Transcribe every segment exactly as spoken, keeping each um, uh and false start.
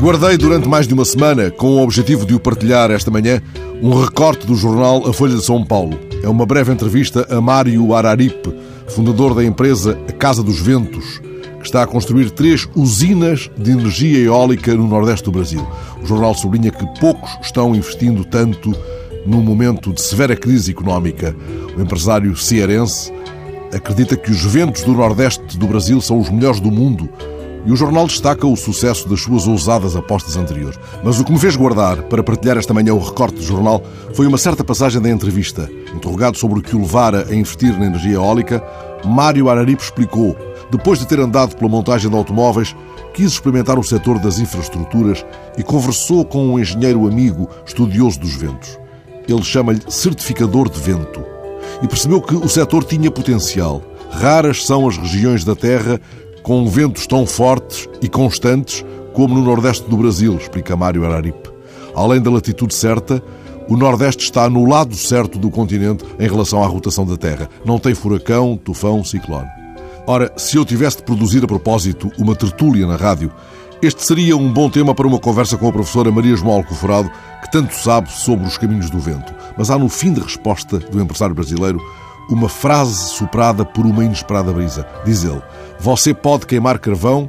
Guardei durante mais de uma semana, com o objetivo de o partilhar esta manhã, um recorte do jornal A Folha de São Paulo. É uma breve entrevista a Mário Araripe, fundador da empresa A Casa dos Ventos, que está a construir três usinas de energia eólica no nordeste do Brasil. O jornal sublinha que poucos estão investindo tanto num momento de severa crise económica. O empresário cearense acredita que os ventos do nordeste do Brasil são os melhores do mundo e o jornal destaca o sucesso das suas ousadas apostas anteriores. Mas o que me fez guardar para partilhar esta manhã o recorte do jornal foi uma certa passagem da entrevista. Interrogado sobre o que o levara a investir na energia eólica, Mário Araripe explicou: depois de ter andado pela montagem de automóveis, quis experimentar o setor das infraestruturas e conversou com um engenheiro amigo estudioso dos ventos. Ele chama-lhe certificador de vento e percebeu que o setor tinha potencial. Raras são as regiões da Terra com ventos tão fortes e constantes como no nordeste do Brasil, explica Mário Araripe. Além da latitude certa, o nordeste está no lado certo do continente em relação à rotação da Terra. Não tem furacão, tufão, ciclone. Ora, se eu tivesse de produzir a propósito uma tertúlia na rádio, este seria um bom tema para uma conversa com a professora Maria João Alcoforado, que tanto sabe sobre os caminhos do vento. Mas há no fim de resposta do empresário brasileiro uma frase soprada por uma inesperada brisa. Diz ele: você pode queimar carvão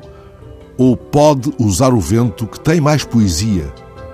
ou pode usar o vento, que tem mais poesia.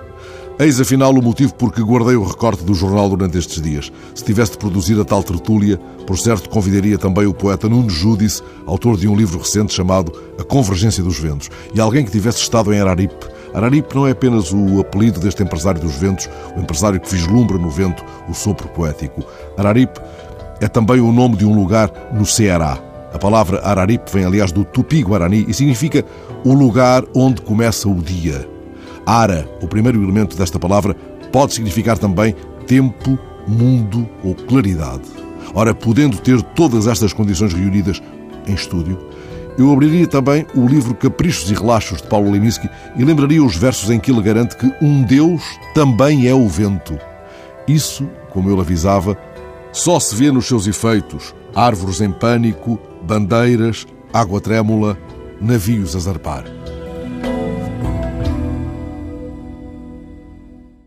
Eis afinal o motivo por que guardei o recorte do jornal durante estes dias. Se tivesse de produzir a tal tertúlia, por certo convidaria também o poeta Nuno Judice, autor de um livro recente chamado A Convergência dos Ventos, e alguém que tivesse estado em Araripe. Araripe não é apenas o apelido deste empresário dos ventos, o empresário que vislumbra no vento o sopro poético. Araripe é também o nome de um lugar no Ceará. A palavra Araripe vem, aliás, do Tupi-Guarani e significa o lugar onde começa o dia. Ara, o primeiro elemento desta palavra, pode significar também tempo, mundo ou claridade. Ora, podendo ter todas estas condições reunidas em estúdio, eu abriria também o livro Caprichos e Relaxos de Paulo Leminski e lembraria os versos em que ele garante que um Deus também é o vento. Isso, como ele avisava, só se vê nos seus efeitos: árvores em pânico, bandeiras, água trêmula, navios a zarpar.